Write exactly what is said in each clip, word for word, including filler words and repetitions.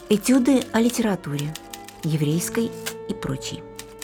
Этюды о литературе, еврейской и прочей.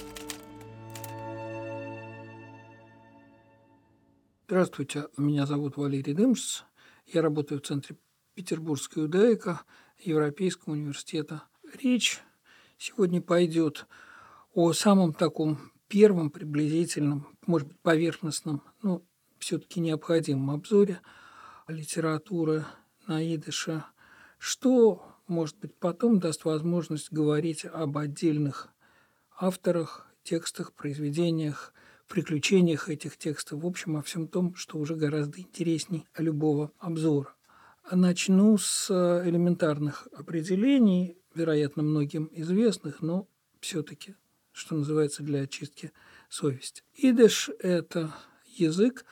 Здравствуйте, меня зовут Валерий Дымшиц. Я работаю в Центре «Петербургская иудаика» Европейского университета. Речь сегодня пойдет о самом таком первом приблизительном, может быть, поверхностном, но все-таки необходимом обзоре литературы на идише, что, может быть, потом даст возможность говорить об отдельных авторах, текстах, произведениях, приключениях этих текстов, в общем, о всем том, что уже гораздо интересней любого обзора. Начну с элементарных определений, вероятно, многим известных, но все-таки, что называется, для очистки совести. Идиш – это язык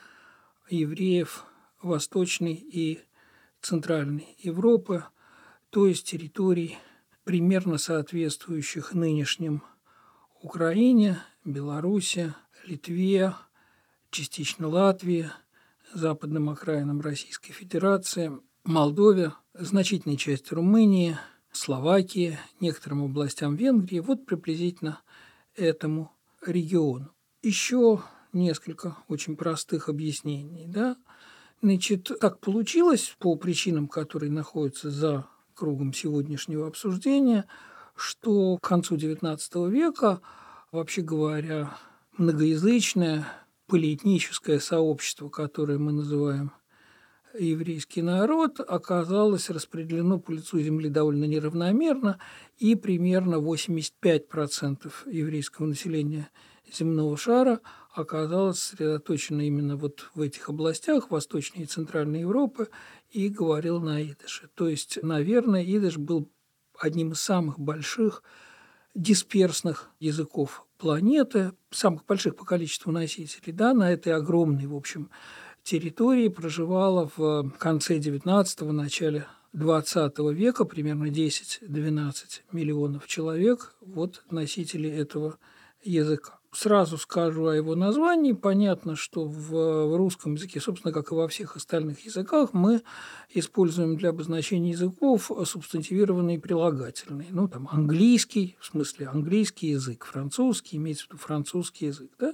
евреев Восточной и Центральной Европы, то есть территорий, примерно соответствующих нынешним Украине, Беларуси, Литве, частично Латвии, западным окраинам Российской Федерации, Молдове, значительной части Румынии, Словакии, некоторым областям Венгрии, вот приблизительно этому региону. Еще несколько очень простых объяснений. Да? Значит, так получилось, по причинам, которые находятся за кругом сегодняшнего обсуждения, что к концу девятнадцатого века, вообще говоря, многоязычное полиэтническое сообщество, которое мы называем еврейский народ, оказалось распределено по лицу земли довольно неравномерно, и примерно восемьдесят пять процентов еврейского населения земного шара оказалось сосредоточено именно вот в этих областях Восточной и Центральной Европы и говорил на идише. То есть, наверное, идиш был одним из самых больших дисперсных языков планеты, самых больших по количеству носителей, да, на этой огромной, в общем, территории проживало в конце девятнадцатого, начале двадцатого века примерно десять-двенадцать миллионов человек, вот носители этого языка. Сразу скажу о его названии. Понятно, что в русском языке, собственно, как и во всех остальных языках, мы используем для обозначения языков субстантивированные прилагательные. Ну, там, английский, в смысле английский язык, французский, имеется в виду французский язык, да?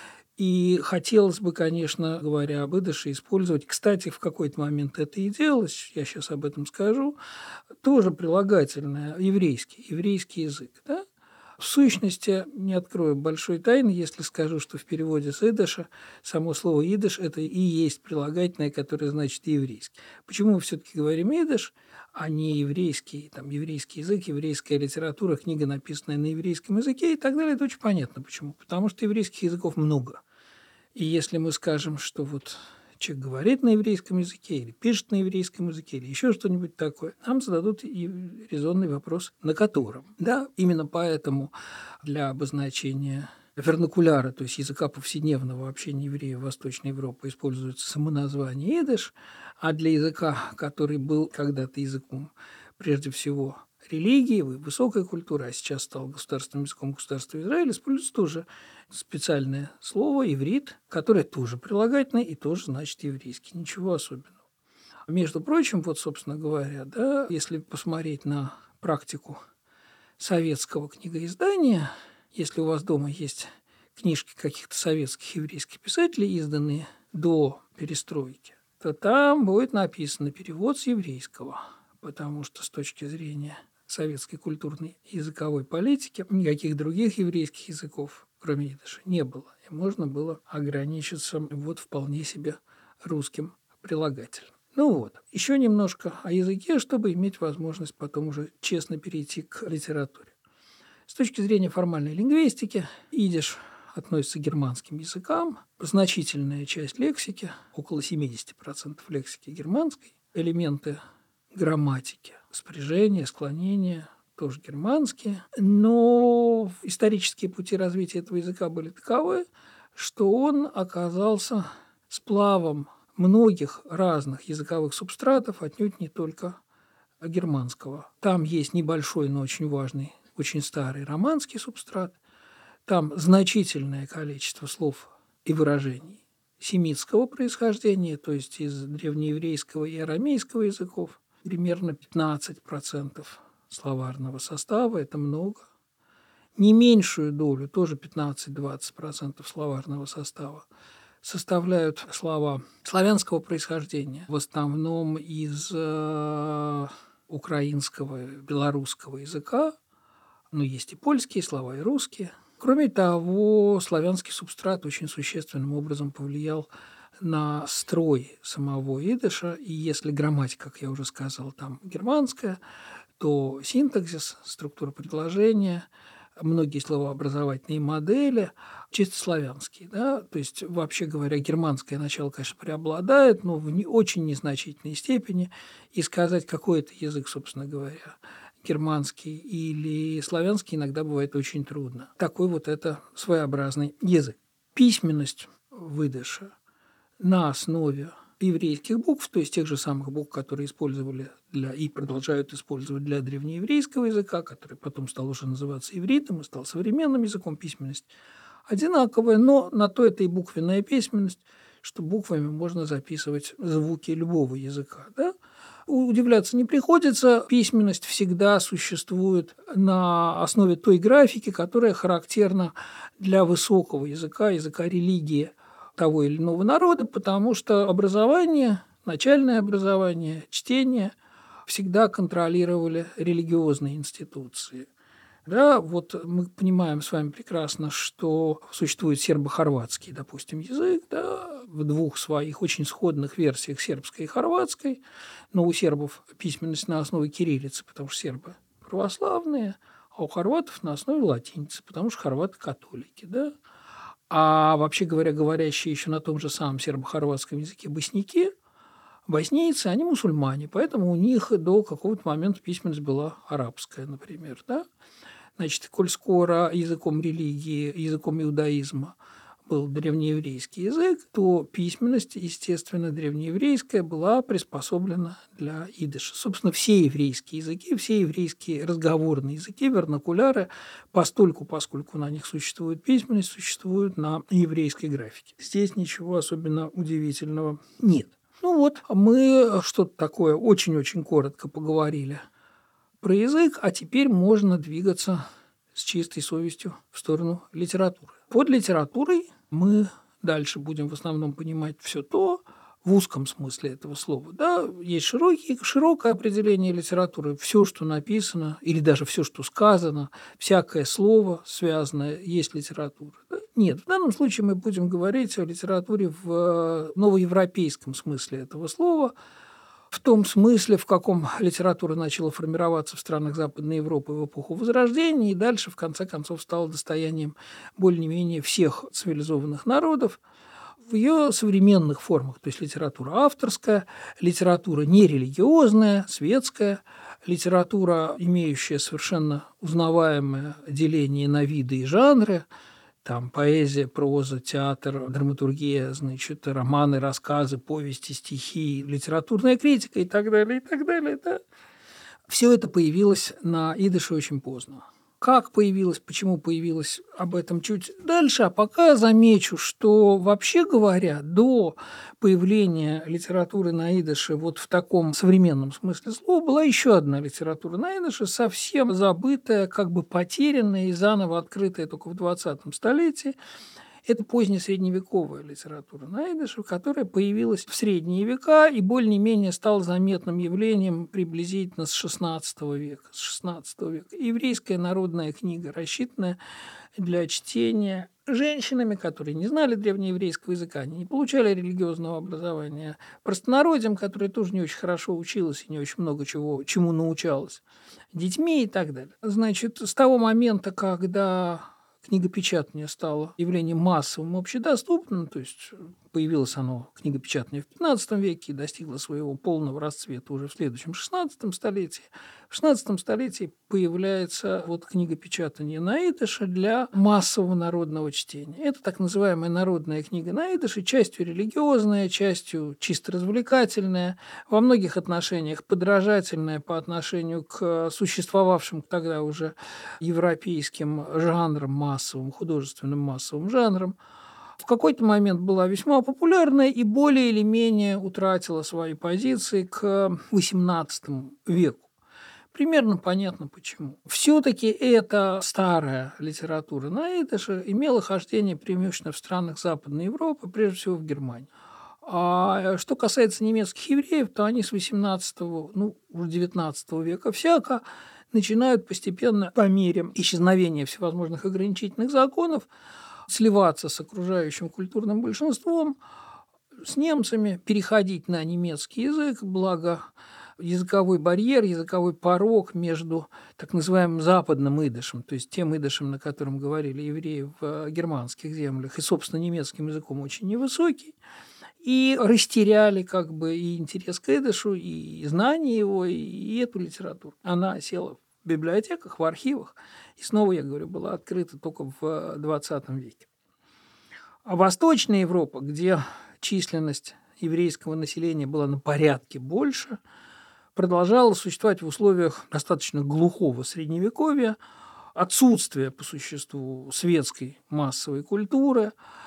И хотелось бы, конечно, говоря об идише, использовать, кстати, в какой-то момент это и делалось, я сейчас об этом скажу, тоже прилагательное еврейский, еврейский язык, да? В сущности, не открою большой тайны, если скажу, что в переводе с идиша само слово идиш – это и есть прилагательное, которое значит еврейский. Почему мы все-таки говорим идиш, а не еврейский, там, еврейский язык, еврейская литература, книга, написанная на еврейском языке и так далее? Это очень понятно почему. Потому что еврейских языков много. И если мы скажем, что вот человек говорит на еврейском языке или пишет на еврейском языке или еще что-нибудь такое, нам зададут и резонный вопрос, на котором. Да, именно поэтому для обозначения вернакуляра, то есть языка повседневного общения евреев Восточной Европы, используется самоназвание идиш, а для языка, который был когда-то языком, прежде всего, религии, высокой культуры, а сейчас стал государственным языком государства Израиль, используется тоже специальное слово иврит, которое тоже прилагательное и тоже значит еврейский. Ничего особенного. Между прочим, вот, собственно говоря, да, если посмотреть на практику советского книгоиздания, если у вас дома есть книжки каких-то советских еврейских писателей, изданные до перестройки, то там будет написано перевод с еврейского, потому что с точки зрения советской культурной и языковой политики никаких других еврейских языков, кроме идиша, не было. И можно было ограничиться вот вполне себе русским прилагательным. Ну вот, еще немножко о языке, чтобы иметь возможность потом уже честно перейти к литературе. С точки зрения формальной лингвистики, идиш относится к германским языкам. Значительная часть лексики, около семьдесят процентов лексики германской, элементы грамматики, спряжения, склонения, тоже германские. Но исторические пути развития этого языка были таковы, что он оказался сплавом многих разных языковых субстратов, отнюдь не только германского. Там есть небольшой, но очень важный, очень старый романский субстрат. Там значительное количество слов и выражений семитского происхождения, то есть из древнееврейского и арамейского языков. Примерно пятнадцать процентов словарного состава, это много. Не меньшую долю, тоже пятнадцать-двадцать процентов словарного состава, составляют слова славянского происхождения, в основном из э, украинского, белорусского языка, но есть и польские слова, и русские. Кроме того, славянский субстрат очень существенным образом повлиял на строй самого идыша, и если грамматика, как я уже сказал, там германская, то синтаксис, структура предложения, многие словообразовательные модели чисто славянские. Да? То есть, вообще говоря, германское начало, конечно, преобладает, но в не очень незначительной степени. И сказать, какой это язык, собственно говоря, германский или славянский, иногда бывает очень трудно. Такой вот это своеобразный язык. Письменность выдыша на основе еврейских букв, то есть тех же самых букв, которые использовали для и продолжают использовать для древнееврейского языка, который потом стал уже называться ивритом и стал современным языком, письменность одинаковая, но на то это и буквенная письменность, что буквами можно записывать звуки любого языка. Да? Удивляться не приходится, письменность всегда существует на основе той графики, которая характерна для высокого языка, языка религии того или иного народа, потому что образование, начальное образование, чтение всегда контролировали религиозные институции. Да, вот мы понимаем с вами прекрасно, что существует сербо-хорватский, допустим, язык, да, в двух своих очень сходных версиях, сербской и хорватской, но у сербов письменность на основе кириллицы, потому что сербы православные, а у хорватов на основе латиницы, потому что хорваты католики, да. А вообще говоря, говорящие еще на том же самом сербо-хорватском языке босняки, боснийцы, они мусульмане, поэтому у них до какого-то момента письменность была арабская, например, да. Значит, коль скоро языком религии, языком иудаизма был древнееврейский язык, то письменность, естественно, древнееврейская была приспособлена для идыша. Собственно, все еврейские языки, все еврейские разговорные языки, вернакуляры, постольку, поскольку на них существует письменность, существуют на еврейской графике. Здесь ничего особенно удивительного нет. Ну вот, мы что-то такое очень-очень коротко поговорили про язык, а теперь можно двигаться с чистой совестью в сторону литературы. Под литературой мы дальше будем в основном понимать все то, в узком смысле этого слова. Да, есть широкий, широкое определение литературы. Все, что написано, или даже все, что сказано, всякое слово связанное, есть литература. Да? Нет, в данном случае мы будем говорить о литературе в новоевропейском смысле этого слова, в том смысле, в каком литература начала формироваться в странах Западной Европы в эпоху Возрождения и дальше, в конце концов, стала достоянием более-менее всех цивилизованных народов в ее современных формах, то есть литература авторская, литература нерелигиозная, светская, литература, имеющая совершенно узнаваемое деление на виды и жанры, там поэзия, проза, театр, драматургия, значит, романы, рассказы, повести, стихи, литературная критика и так далее, и так далее. Да? Все это появилось на идыше очень поздно. Как появилось, почему появилось, об этом чуть дальше. А пока замечу, что, вообще говоря, до появления литературы на идыше вот в таком современном смысле слова была еще одна литература на идыше, совсем забытая, как бы потерянная и заново открытая только в двадцатом столетии. Это позднесредневековая литература на идыше, которая появилась в средние века и более-менее стала заметным явлением приблизительно с шестнадцатого века. С шестнадцатого века. Еврейская народная книга, рассчитанная для чтения женщинами, которые не знали древнееврейского языка, они не получали религиозного образования, простонародьем, которое тоже не очень хорошо училось и не очень много чего, чему научалось, детьми и так далее. Значит, с того момента, когда книгопечатание стало явлением массовым, общедоступным, то есть появилось оно, книгопечатание, в пятнадцатом веке и достигло своего полного расцвета уже в следующем шестнадцатом столетии. В шестнадцатом столетии появляется вот книгопечатание на идыше для массового народного чтения. Это так называемая народная книга на идыше, частью религиозная, частью чисто развлекательная, во многих отношениях подражательная по отношению к существовавшим тогда уже европейским жанрам, массовым, художественным массовым жанрам. В какой-то момент была весьма популярна и более или менее утратила свои позиции к восемнадцатому веку. Примерно понятно почему. Все-таки эта старая литература на идыше имела хождение преимущественно в странах Западной Европы, прежде всего в Германии. А что касается немецких евреев, то они с восемнадцатого, ну, уже девятнадцатого века всяко начинают постепенно, по мере исчезновения всевозможных ограничительных законов, сливаться с окружающим культурным большинством, с немцами, переходить на немецкий язык, благо языковой барьер, языковой порог между так называемым западным идышем, то есть тем идышем, на котором говорили евреи в германских землях, и, собственно, немецким языком очень невысокий, и растеряли как бы и интерес к идышу, и знание его, и эту литературу. Она села в библиотеках, в архивах, и снова, я говорю, была открыта только в двадцатом веке. А Восточная Европа, где численность еврейского населения была на порядке больше, продолжала существовать в условиях достаточно глухого средневековья, отсутствия по существу светской массовой культуры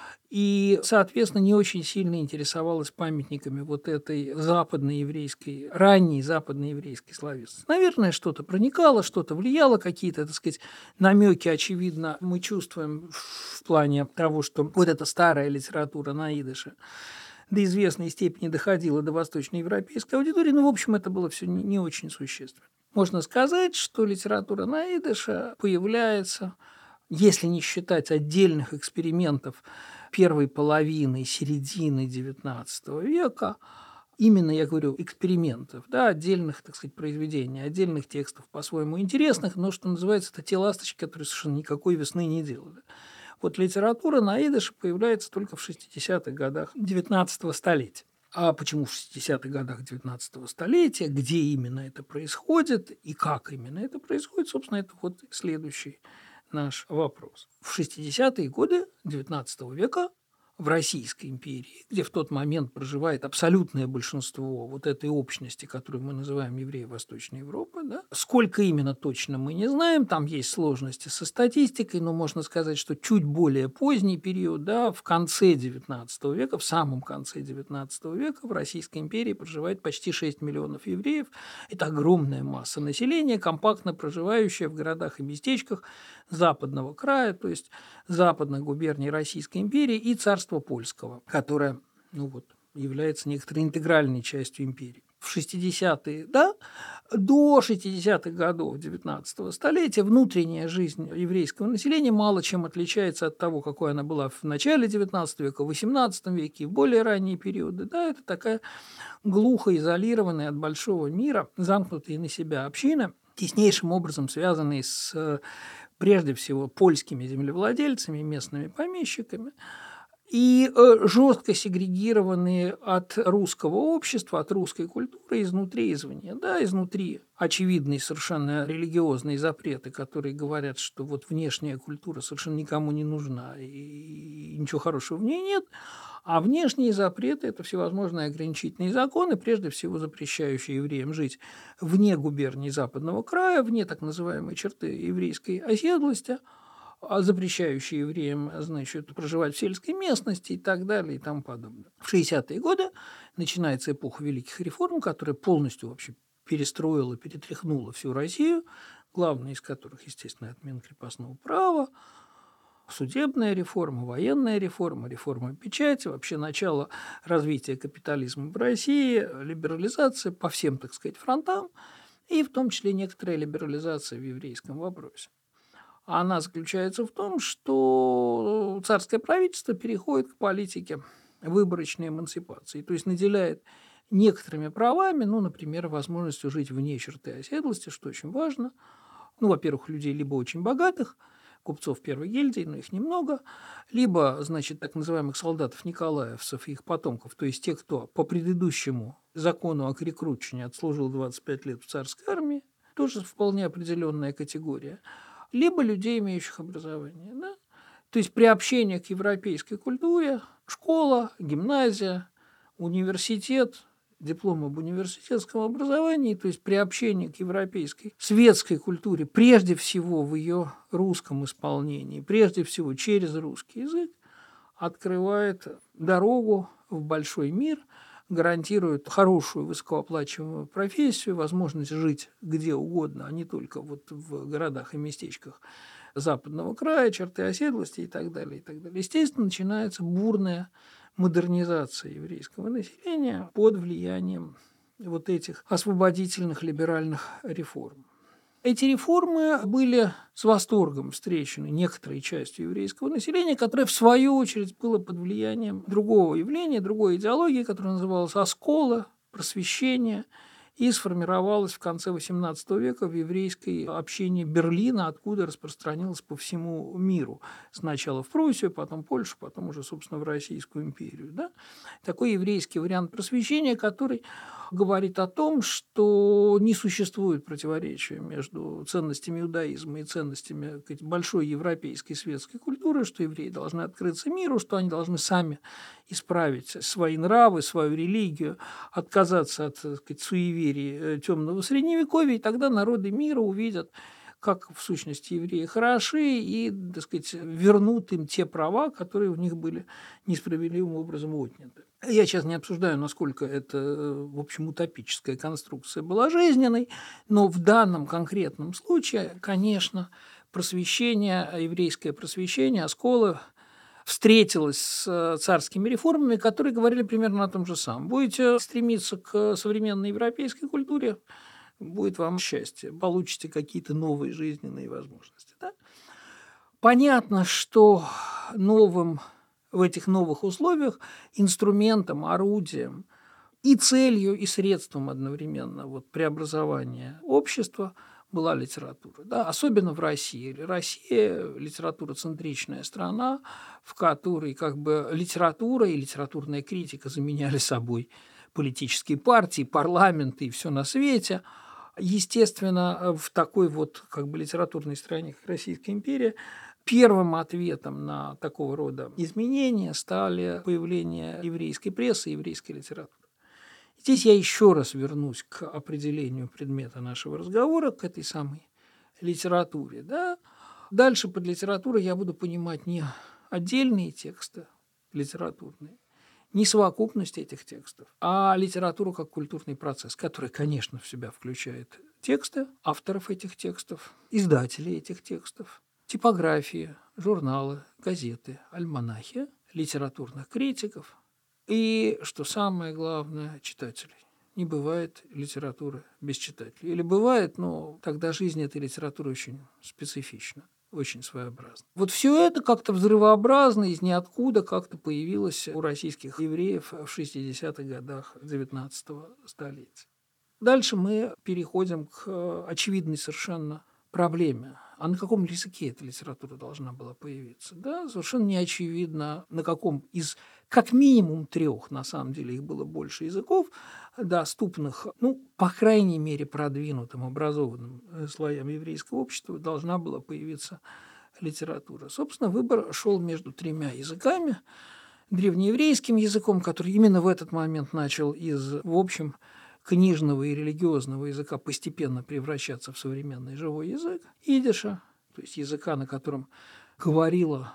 и, соответственно, не очень сильно интересовалась памятниками вот этой западноеврейской, ранней западноеврейской словесности. Наверное, что-то проникало, что-то влияло, какие-то, так сказать, намеки, очевидно, мы чувствуем в плане того, что вот эта старая литература на идыше до известной степени доходила до восточноевропейской аудитории, но, в общем, это было все не, не очень существенно. Можно сказать, что литература на идыше появляется, если не считать отдельных экспериментов первой половины, середины девятнадцатого века, именно, я говорю, экспериментов, да, отдельных, так сказать, произведений, отдельных текстов по-своему интересных, но, что называется, это те ласточки, которые совершенно никакой весны не делали. Вот литература на идыше появляется только в шестидесятых годах девятнадцатого столетия. А почему в шестидесятых годах девятнадцатого столетия, где именно это происходит и как именно это происходит, собственно, это вот следующий наш вопрос. В шестидесятые годы девятнадцатого века в Российской империи, где в тот момент проживает абсолютное большинство вот этой общности, которую мы называем евреи Восточной Европы, да? Сколько именно точно мы не знаем, там есть сложности со статистикой, но можно сказать, что чуть более поздний период, да, в конце девятнадцатого века, в самом конце девятнадцатого века в Российской империи проживает почти шесть миллионов евреев. Это огромная масса населения, компактно проживающая в городах и местечках западного края, то есть западных губерний Российской империи и царства Польского, которое, ну вот, является некоторой интегральной частью империи. В шестидесятые, да, до шестидесятых годов девятнадцатого столетия внутренняя жизнь еврейского населения мало чем отличается от того, какой она была в начале девятнадцатого века, в восемнадцатом веке и в более ранние периоды. Да, это такая глухо изолированная от большого мира, замкнутая на себя община, теснейшим образом связанные с, прежде всего, польскими землевладельцами, местными помещиками, и жестко сегрегированные от русского общества, от русской культуры изнутри и извне. Да, изнутри очевидные совершенно религиозные запреты, которые говорят, что вот внешняя культура совершенно никому не нужна и ничего хорошего в ней нет, а внешние запреты – это всевозможные ограничительные законы, прежде всего запрещающие евреям жить вне губерний Западного края, вне так называемой черты еврейской оседлости, запрещающие евреям, значит, проживать в сельской местности и так далее и тому подобное. В шестидесятые годы начинается эпоха великих реформ, которая полностью вообще перестроила, перетряхнула всю Россию, главная из которых, естественно, отмена крепостного права, судебная реформа, военная реформа, реформа печати, вообще начало развития капитализма в России, либерализация по всем, так сказать, фронтам, и в том числе некоторая либерализация в еврейском вопросе. Она заключается в том, что царское правительство переходит к политике выборочной эмансипации, то есть наделяет некоторыми правами, ну, например, возможностью жить вне черты оседлости, что очень важно. Ну, во-первых, людей либо очень богатых, купцов первой гильдии, но их немного, либо, значит, так называемых солдатов-николаевцев и их потомков, то есть те, кто по предыдущему закону о рекрутчине отслужил двадцать пять лет в царской армии, тоже вполне определенная категория, либо людей, имеющих образование. Да? То есть приобщение к европейской культуре, школа, гимназия, университет, диплом об университетском образовании, то есть приобщение к европейской светской культуре, прежде всего в ее русском исполнении, прежде всего через русский язык, открывает дорогу в большой мир, гарантирует хорошую высокооплачиваемую профессию, возможность жить где угодно, а не только вот в городах и местечках западного края, черты оседлости и так далее, и так далее. Естественно, начинается бурная модернизация еврейского населения под влиянием вот этих освободительных либеральных реформ. Эти реформы были с восторгом встречены некоторой частью еврейского населения, которое, в свою очередь, было под влиянием другого явления, другой идеологии, которая называлась «Аскола», «Просвещение», и сформировалась в конце восемнадцатого века в еврейской общине Берлина, откуда распространилась по всему миру. Сначала в Пруссию, потом в Польшу, потом уже, собственно, в Российскую империю. Да? Такой еврейский вариант просвещения, который говорит о том, что не существует противоречия между ценностями иудаизма и ценностями, так сказать, большой европейской светской культуры, что евреи должны открыться миру, что они должны сами исправить свои нравы, свою религию, отказаться от, так сказать, суеверий темного средневековья, и тогда народы мира увидят, как в сущности евреи хороши, и, так сказать, вернут им те права, которые у них были несправедливым образом отняты. Я сейчас не обсуждаю, насколько это, в общем, утопическая конструкция была жизненной, но в данном конкретном случае, конечно, просвещение, еврейское просвещение, Аскола встретилась с царскими реформами, которые говорили примерно о том же самом. Будете стремиться к современной европейской культуре, будет вам счастье, получите какие-то новые жизненные возможности. Да? Понятно, что новым в этих новых условиях инструментом, орудием и целью, и средством одновременно вот, преобразования общества была литература. Да? Особенно в России. Россия – литературоцентричная страна, в которой как бы литература и литературная критика заменяли собой политические партии, парламенты и все на свете. Естественно, в такой вот как бы литературной стране, как Российская империя, первым ответом на такого рода изменения стали появление еврейской прессы и еврейской литературы. Здесь я еще раз вернусь к определению предмета нашего разговора, к этой самой литературе. Да? Дальше под литературой я буду понимать не отдельные тексты литературные, не совокупность этих текстов, а литературу как культурный процесс, который, конечно, в себя включает тексты авторов этих текстов, издателей этих текстов, типографии, журналы, газеты, альманахи, литературных критиков и, что самое главное, читателей. Не бывает литературы без читателей. Или бывает, но тогда жизнь этой литературы очень специфична, очень своеобразна. Вот все это как-то взрывообразно, из ниоткуда как-то появилось у российских евреев в шестидесятых годах девятнадцатого столетия. Дальше мы переходим к очевидной совершенно проблеме. А на каком языке эта литература должна была появиться? Да, совершенно не очевидно, на каком из как минимум трех, на самом деле их было больше языков, доступных, ну, по крайней мере, продвинутым, образованным слоям еврейского общества, должна была появиться литература. Собственно, выбор шел между тремя языками. Древнееврейским языком, который именно в этот момент начал из, в общем, книжного и религиозного языка постепенно превращаться в современный живой язык, идиша, то есть языка, на котором говорила,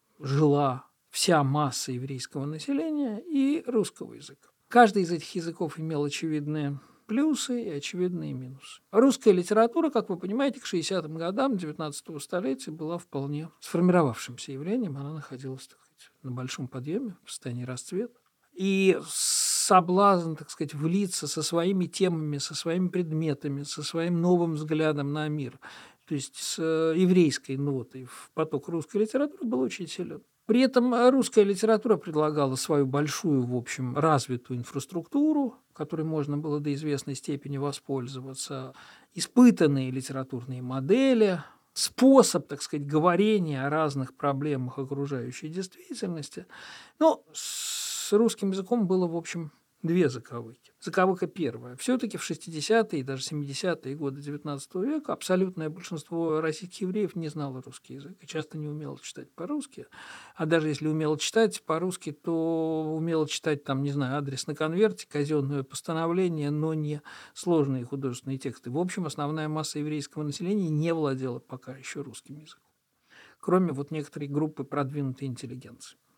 жила вся масса еврейского населения, и русского языка. Каждый из этих языков имел очевидные плюсы и очевидные минусы. Русская литература, как вы понимаете, к шестидесятым годам девятнадцатого столетия была вполне сформировавшимся явлением, она находилась, так сказать, на большом подъеме, в состоянии расцвета. И соблазн, так сказать, влиться со своими темами, со своими предметами, со своим новым взглядом на мир, то есть с еврейской нотой в поток русской литературы, был очень силен. При этом русская литература предлагала свою большую, в общем, развитую инфраструктуру, которой можно было до известной степени воспользоваться, испытанные литературные модели, способ, так сказать, говорения о разных проблемах окружающей действительности. Но с русским языком было, в общем, две заковыки. Заковыка первая. Все-таки в шестидесятые и даже семидесятые годы девятнадцатого века абсолютное большинство российских евреев не знало русский язык и часто не умело читать по-русски. А даже если умело читать по-русски, то умело читать, там, не знаю, адрес на конверте, казенное постановление, но не сложные художественные тексты. В общем, основная масса еврейского населения не владела пока еще русским языком, кроме вот некоторой группы продвинутой интеллигенции.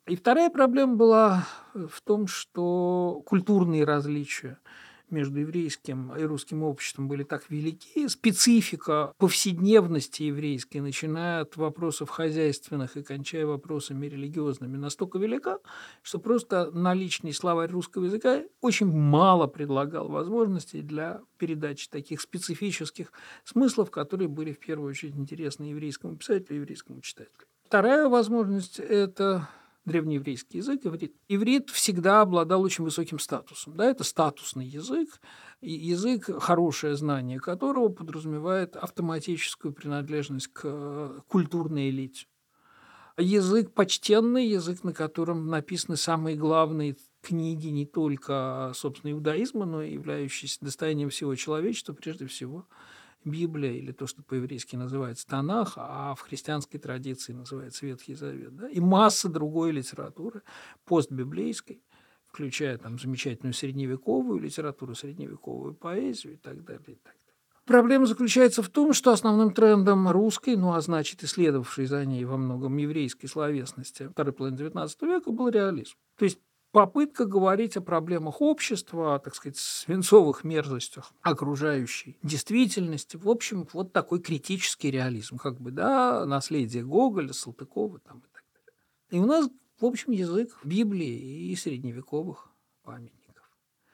И вторая проблема была в том, что культурные различия между еврейским и русским обществом были так велики, специфика повседневности еврейской, начиная от вопросов хозяйственных и кончая вопросами религиозными, настолько велика, что просто наличный словарь русского языка очень мало предлагал возможностей для передачи таких специфических смыслов, которые были в первую очередь интересны еврейскому писателю и еврейскому читателю. Вторая возможность – это древнееврейский язык, иврит. Иврит всегда обладал очень высоким статусом. Да, это статусный язык, и язык, хорошее знание которого подразумевает автоматическую принадлежность к культурной элите. Язык почтенный, язык, на котором написаны самые главные книги не только, собственно, иудаизма, но и являющиеся достоянием всего человечества, прежде всего Библия, или то, что по-еврейски называется Танах, а в христианской традиции называется Ветхий Завет, да, и масса другой литературы постбиблейской, включая там замечательную средневековую литературу, средневековую поэзию и так далее, и так далее. Проблема заключается в том, что основным трендом русской, ну а значит и следовавшей за ней во многом еврейской словесности второй половины девятнадцатого века был реализм. То есть попытка говорить о проблемах общества, о, так сказать, свинцовых мерзостях окружающей действительности. В общем, вот такой критический реализм, как бы, да, наследие Гоголя, Салтыкова там, и так далее. И у нас, в общем, язык Библии и средневековых памятников.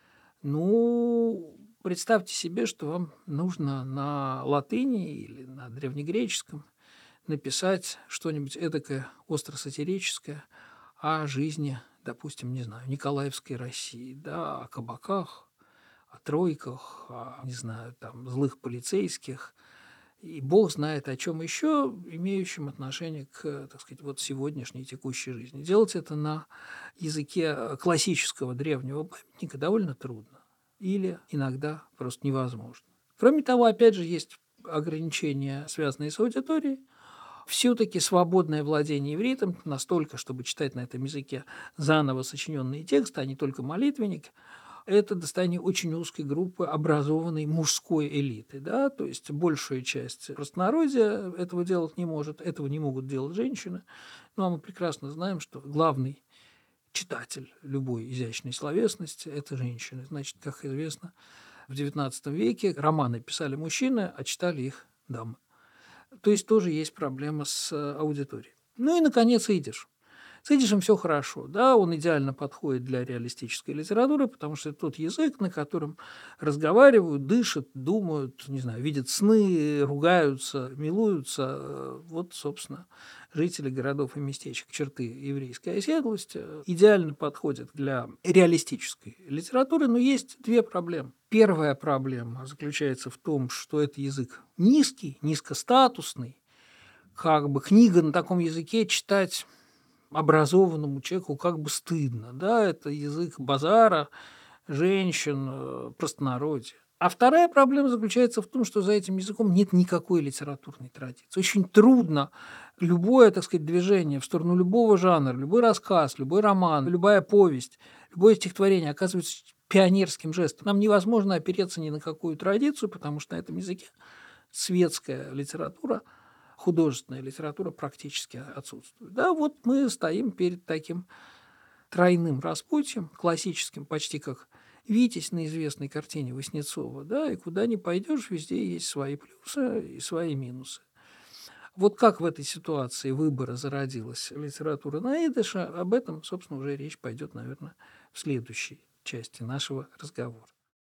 Ну, представьте себе, что вам нужно на латыни или на древнегреческом написать что-нибудь эдакое остро-сатирическое о жизни, допустим, не знаю, Николаевской России, да, о кабаках, о тройках, о, не знаю, там, злых полицейских, и бог знает о чем еще, имеющем отношение к, так сказать, вот сегодняшней текущей жизни. Делать это на языке классического древнего памятника довольно трудно или иногда просто невозможно. Кроме того, опять же, есть ограничения, связанные с аудиторией. Все-таки свободное владение ивритом настолько, чтобы читать на этом языке заново сочиненные тексты, а не только молитвенник, это достояние очень узкой группы образованной мужской элиты. Да? То есть большая часть простонародья этого делать не может, этого не могут делать женщины. Ну а мы прекрасно знаем, что главный читатель любой изящной словесности – это женщины. Значит, как известно, в девятнадцатом веке романы писали мужчины, а читали их дамы. То есть тоже есть проблема с аудиторией. Ну и, наконец, идиш. С идишем все хорошо. Да, он идеально подходит для реалистической литературы, потому что это тот язык, на котором разговаривают, дышат, думают, не знаю, видят сны, ругаются, милуются. Вот, собственно, жители городов и местечек, черты еврейской оседлости идеально подходят для реалистической литературы, но есть две проблемы. Первая проблема заключается в том, что это язык низкий, низкостатусный. Как бы книга на таком языке читать образованному человеку как бы стыдно. Да? Это язык базара, женщин, простонародья. А вторая проблема заключается в том, что за этим языком нет никакой литературной традиции. Очень трудно любое, так сказать, движение в сторону любого жанра, любой рассказ, любой роман, любая повесть, любое стихотворение оказывается пионерским жестом. Нам невозможно опереться ни на какую традицию, потому что на этом языке светская литература, художественная литература практически отсутствует. Да, вот мы стоим перед таким тройным распутьем, классическим, почти как Витязь на известной картине Васнецова, да, и куда ни пойдешь, везде есть свои плюсы и свои минусы. Вот как в этой ситуации выбора зародилась литература на идише, об этом, собственно, уже речь пойдет, наверное, в следующей части нашего разговора.